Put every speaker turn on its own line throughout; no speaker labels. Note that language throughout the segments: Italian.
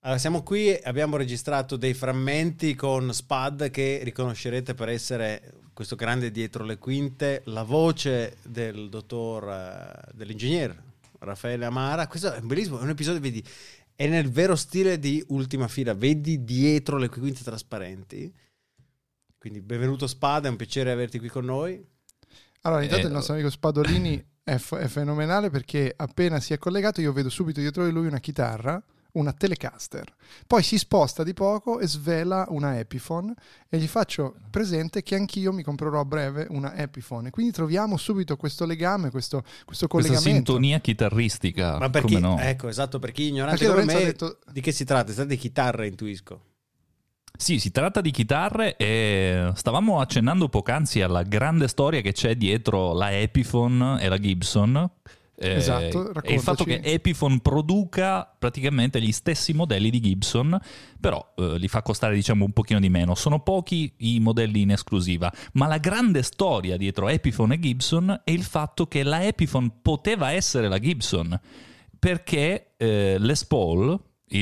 Allora, siamo qui e abbiamo registrato dei frammenti con Spad che riconoscerete per essere questo grande dietro le quinte, la voce del dell'ingegner Raffaele Amara. Questo è bellissimo, è un episodio, vedi, è nel vero stile di Ultima Fila, vedi dietro le quinte trasparenti. Quindi benvenuto Spad, è un piacere averti qui con noi.
Allora, intanto il nostro amico Spadolini è fenomenale perché appena si è collegato io vedo subito dietro di lui una chitarra, una Telecaster, poi si sposta di poco e svela una Epiphone e gli faccio presente che anch'io mi comprerò a breve una Epiphone, quindi troviamo subito questo legame, questo collegamento,
questa sintonia chitarristica.
Ma per
come
chi,
no?
ecco, esatto, per chi ignorante
Anche
come
Lorenzo
me,
ha detto...
di che si tratta? Si tratta di chitarre, intuisco.
Sì, si tratta di chitarre e stavamo accennando poc'anzi alla grande storia che c'è dietro la Epiphone e la Gibson.
Esatto,
e il fatto che Epiphone produca praticamente gli stessi modelli di Gibson, però li fa costare diciamo un pochino di meno. Sono pochi i modelli in esclusiva, ma la grande storia dietro Epiphone e Gibson è il fatto che la Epiphone poteva essere la Gibson, perché Les Paul,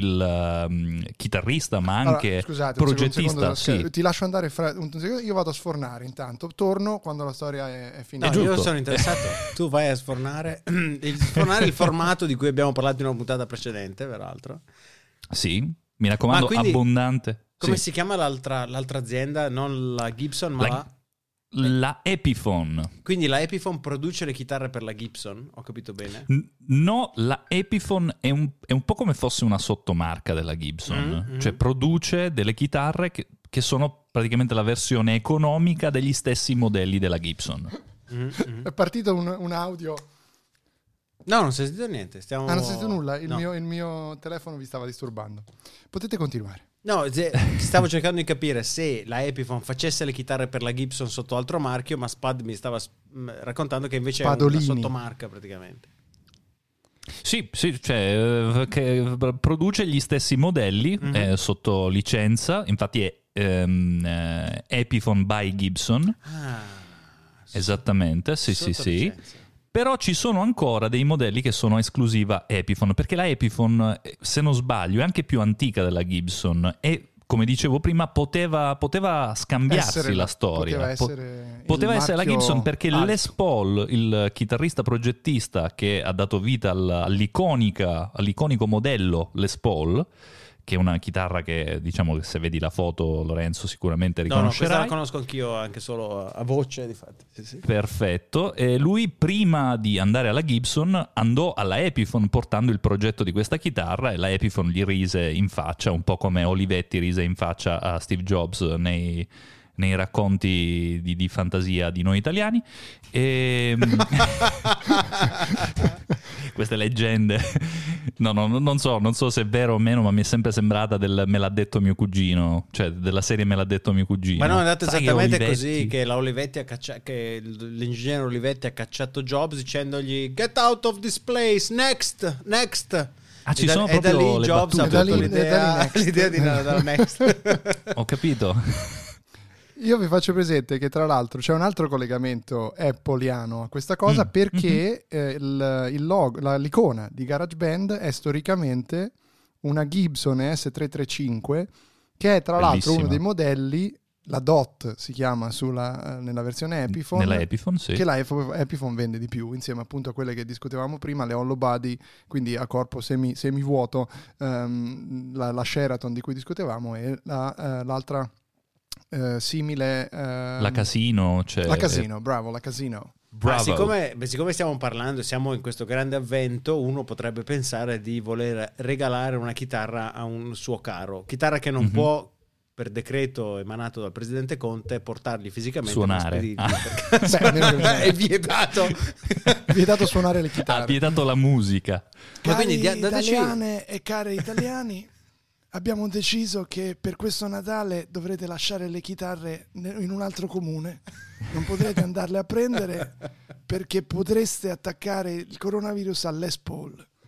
il chitarrista ma anche
allora, scusate,
progettista, sì.
Ti lascio andare un secondo, io vado a sfornare intanto, torno quando la storia è finita.
No, io sono interessato, tu vai a sfornare il formato di cui abbiamo parlato in una puntata precedente, peraltro.
Sì, mi raccomando,
quindi,
abbondante.
Come
sì.
si chiama l'altra azienda? Non la Gibson, ma
la Epiphone.
Quindi la Epiphone produce le chitarre per la Gibson? Ho capito bene?
No, la Epiphone è un po' come fosse una sottomarca della Gibson. Cioè produce delle chitarre che sono praticamente la versione economica degli stessi modelli della Gibson.
È partito un audio.
No, non si è sentito niente.
Non si è sentito nulla,
No.
il mio telefono vi stava disturbando. Potete continuare.
No, stavo cercando di capire se la Epiphone facesse le chitarre per la Gibson sotto altro marchio, ma Spad mi stava raccontando che invece
Spadolini.
è una sottomarca praticamente.
Sì, cioè che produce gli stessi modelli sotto licenza, infatti è Epiphone by Gibson. Esattamente, sì. Però ci sono ancora dei modelli che sono esclusiva Epiphone, perché la Epiphone, se non sbaglio, è anche più antica della Gibson e, come dicevo prima, poteva scambiarsi la storia. Poteva essere la Gibson, perché
alto.
Les Paul, il chitarrista progettista che ha dato vita all'iconico modello Les Paul, che è una chitarra che, diciamo, che se vedi la foto, Lorenzo, sicuramente riconoscerai.
No, questa la conosco anch'io, anche solo a voce, difatti. Sì.
Perfetto. E lui, prima di andare alla Gibson, andò alla Epiphone portando il progetto di questa chitarra e la Epiphone gli rise in faccia, un po' come Olivetti rise in faccia a Steve Jobs nei racconti di fantasia di noi italiani. Queste leggende, non so se è vero o meno, ma mi è sempre sembrata me l'ha detto mio cugino, cioè della serie Me l'ha detto mio cugino.
Ma non è andato esattamente
che
così, che la Olivetti che l'ingegnere Olivetti ha cacciato Jobs dicendogli "Get out of this place, next".
Ci sono proprio
da lì
le
Jobs
battute.
ha avuto l'idea di andare dal Next.
Ho capito.
Io vi faccio presente che tra l'altro c'è un altro collegamento appleiano a questa cosa perché il logo, l'icona di GarageBand è storicamente una Gibson S335 che è tra l'altro uno dei modelli, la DOT si chiama nella versione Epiphone,
nella Epiphone, sì.
Che la Epiphone vende di più insieme appunto a quelle che discutevamo prima, le hollow body, quindi a corpo semivuoto, la Sheraton di cui discutevamo e l'altra simile
la Casino, cioè
la Casino, bravo, la Casino.
Ma siccome stiamo parlando, siamo in questo grande avvento, uno potrebbe pensare di voler regalare una chitarra a un suo caro, chitarra che non può, per decreto emanato dal presidente Conte, portargli fisicamente
suonare.
È vietato
suonare le chitarre,
ha vietato la musica.
Cari italiane e cari italiani, abbiamo deciso che per questo Natale dovrete lasciare le chitarre in un altro comune, non potrete andarle a prendere perché potreste attaccare il coronavirus a Les Paul.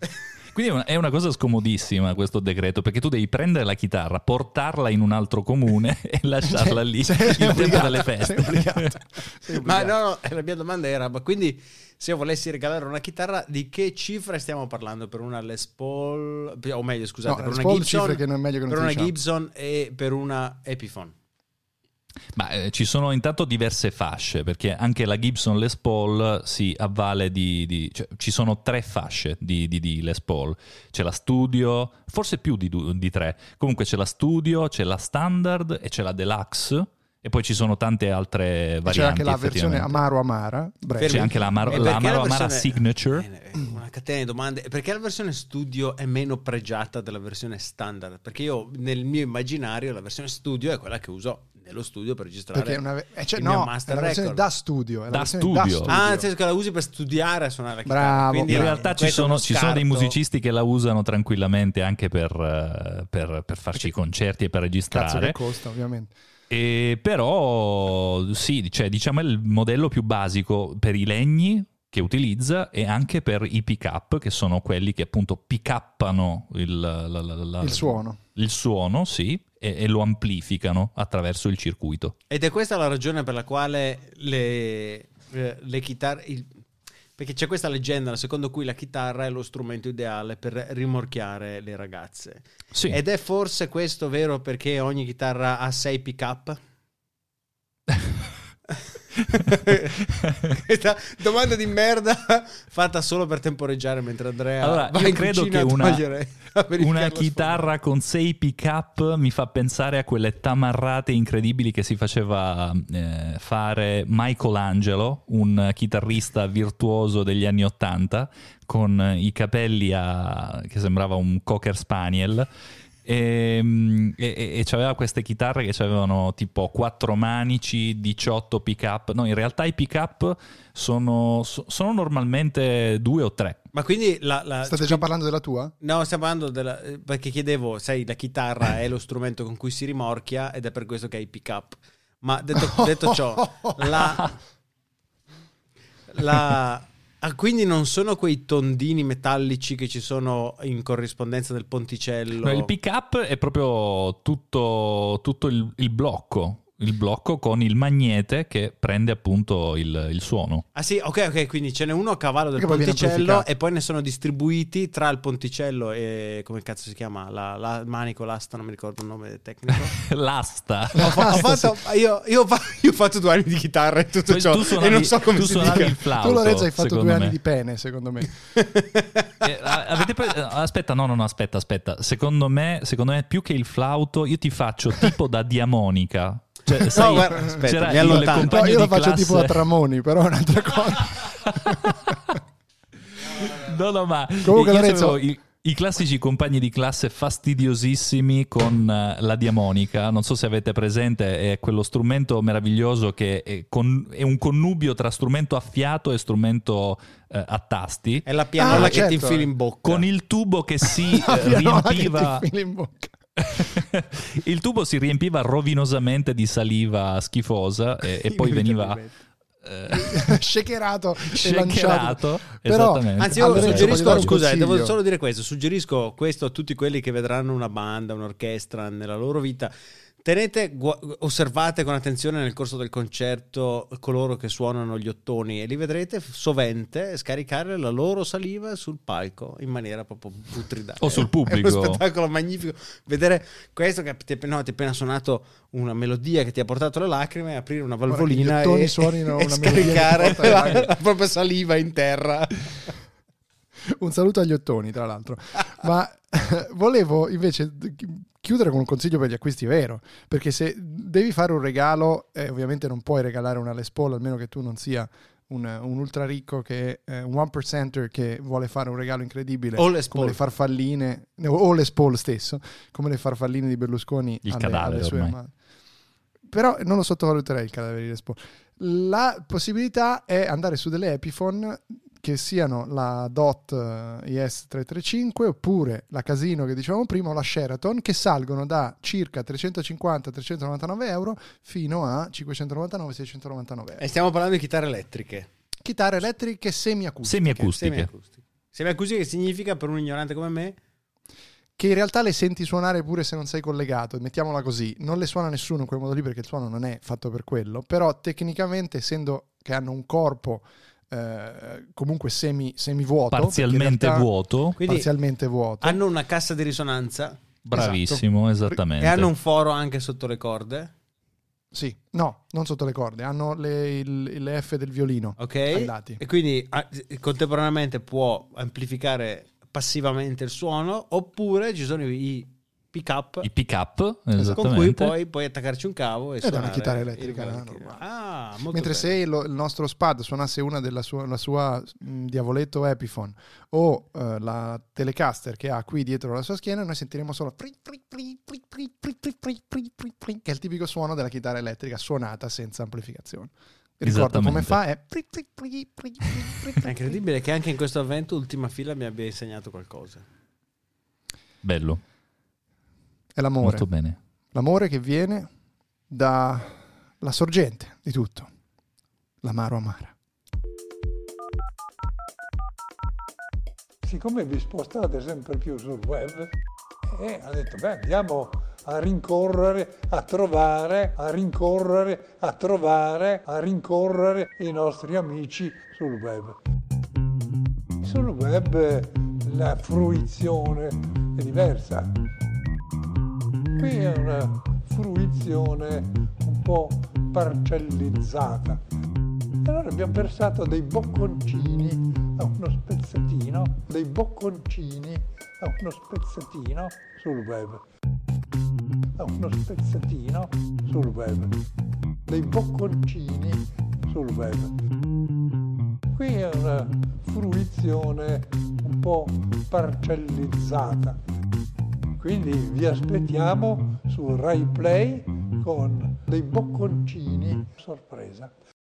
Quindi è una cosa scomodissima questo decreto, perché tu devi prendere la chitarra, portarla in un altro comune e lasciarla lì il tempo delle feste.
Sei obbligato.
Ma no, la mia domanda era, ma quindi se io volessi regalare una chitarra, di che cifre stiamo parlando per una Les Paul, o meglio scusate, per una Gibson,
che non è meglio che non
per una
diciamo.
Gibson e per una Epiphone?
Ma ci sono intanto diverse fasce, perché anche la Gibson Les Paul si avvale cioè, ci sono 3 fasce di Les Paul. C'è la Studio, forse più di 3. Comunque c'è la Studio, c'è la Standard e c'è la Deluxe. E poi ci sono tante altre varianti.
C'è anche la versione Amaro Amara.
C'è anche la Amaro Amara Signature.
Una catena di domande. Perché la versione Studio è meno pregiata della versione Standard? Perché io nel mio immaginario la versione Studio è quella che uso nello studio per registrare il mio master
è la versione
record.
da studio.
Da studio.
Nel senso che la usi per studiare a suonare la chitarra.
Bravo.
Quindi
in realtà ci sono dei musicisti che la usano tranquillamente anche per farci i concerti e per registrare.
Cazzo che costa, ovviamente.
Però sì, cioè, diciamo è il modello più basico per i legni che utilizza e anche per i pick-up, che sono quelli che appunto pick-uppano il
suono.
Il suono, sì, e lo amplificano attraverso il circuito.
Ed è questa la ragione per la quale le chitarre... Perché c'è questa leggenda secondo cui la chitarra è lo strumento ideale per rimorchiare le ragazze.
Sì.
Ed è forse questo vero perché ogni chitarra ha 6 pick-up? Questa domanda di merda fatta solo per temporeggiare mentre Andrea va
io
in
credo
cucina
che
a
una chitarra con 6 pick-up mi fa pensare a quelle tamarrate incredibili che si faceva fare Michelangelo, un chitarrista virtuoso degli anni '80 con i capelli che sembrava un Cocker Spaniel. E c'aveva queste chitarre che avevano tipo 4 manici, 18 pick-up. No, in realtà i pick-up sono normalmente 2 o 3.
Ma quindi
state già parlando della tua?
No, stiamo parlando perché chiedevo, sai, la chitarra è lo strumento con cui si rimorchia ed è per questo che hai i pick-up. Ma detto ciò, quindi non sono quei tondini metallici che ci sono in corrispondenza del ponticello?
No, il pick-up è proprio tutto il blocco. Il blocco con il magnete che prende appunto il suono.
Ah sì, ok, quindi ce n'è uno a cavallo del ponticello e poi ne sono distribuiti tra il ponticello e come cazzo si chiama? Il manico, l'asta, non mi ricordo il nome tecnico.
L'asta.
Io ho fatto 2 anni di chitarra e tutto ciò e non so come si dica.
Il flauto,
tu Lorenzo hai fatto 2 anni di pene, secondo me.
Aspetta. Secondo me più che il flauto io ti faccio tipo da diamonica. Cioè, sai,
no, guarda, aspetta, io
lo faccio tipo a Tramoni, però è un'altra cosa.
no, ma
comunque
io avevo i classici compagni di classe fastidiosissimi con la diamonica. Non so se avete presente, è quello strumento meraviglioso che è un connubio tra strumento a fiato e strumento a tasti.
È la pianola che ti infili in bocca.
Con il tubo che si riempiva...
che ti infili in bocca.
Il tubo si riempiva rovinosamente di saliva schifosa e poi veniva
shakerato e lanciato.
Però,
anzi io suggerisco, scusa, devo solo dire suggerisco questo a tutti quelli che vedranno una banda, un'orchestra nella loro vita. Osservate con attenzione nel corso del concerto coloro che suonano gli ottoni e li vedrete sovente scaricare la loro saliva sul palco in maniera proprio putrida.
O sul pubblico.
È uno spettacolo magnifico vedere questo che ti ha appena suonato una melodia che ti ha portato le lacrime, aprire una valvolina e scaricare la propria saliva in terra.
Un saluto agli ottoni, tra l'altro. Ma volevo invece chiudere con un consiglio per gli acquisti vero, perché se devi fare un regalo, ovviamente non puoi regalare una Les Paul, almeno che tu non sia un ultra ricco che un one percenter che vuole fare un regalo incredibile, come le farfalline o Les Paul stesso, come le farfalline di Berlusconi alle sue mani. Però non lo sottovaluterei il cadavere di Les Paul. La possibilità è andare su delle Epiphone che siano la DOT IS-335 oppure la Casino che dicevamo prima o la Sheraton, che salgono da circa 350-399 euro fino a 599-699 euro.
E stiamo parlando di chitarre elettriche.
Chitarre elettriche semiacustiche.
Semiacustiche.
Se così, che significa per un ignorante come me?
Che in realtà le senti suonare pure se non sei collegato, mettiamola così. Non le suona nessuno in quel modo lì perché il suono non è fatto per quello, però tecnicamente, essendo che hanno un corpo comunque semivuoto,
parzialmente vuoto,
quindi
parzialmente vuoto,
hanno una cassa di risonanza,
bravissimo, esattamente,
e hanno un foro anche sotto le corde.
Sì, no, non sotto le corde, hanno le F del violino ai lati.
E quindi contemporaneamente può amplificare passivamente il suono, oppure ci sono i pick-up,
esattamente,
con cui poi puoi attaccarci un cavo e suonare
una chitarra elettrica normale. Mentre
bello.
se il nostro SPAD suonasse una della la sua diavoletto Epiphone o la Telecaster che ha qui dietro la sua schiena, noi sentiremo solo che è il tipico suono della chitarra elettrica suonata senza amplificazione. Ricordo come fa, è
incredibile che anche in questo avvento Ultima Fila mi abbia insegnato qualcosa.
Bello.
È l'amore.
Molto bene.
L'amore che viene dalla sorgente di tutto, l'amaro amara.
Siccome vi spostate sempre più sul web, ha detto, andiamo a rincorrere, a trovare i nostri amici sul web. Sul web la fruizione è diversa. Qui è una fruizione un po' parcellizzata. Allora abbiamo versato dei bocconcini a uno spezzatino, sul web. Dei bocconcini sul web. Qui è una fruizione un po' parcellizzata. Quindi vi aspettiamo su Rai Play con dei bocconcini sorpresa.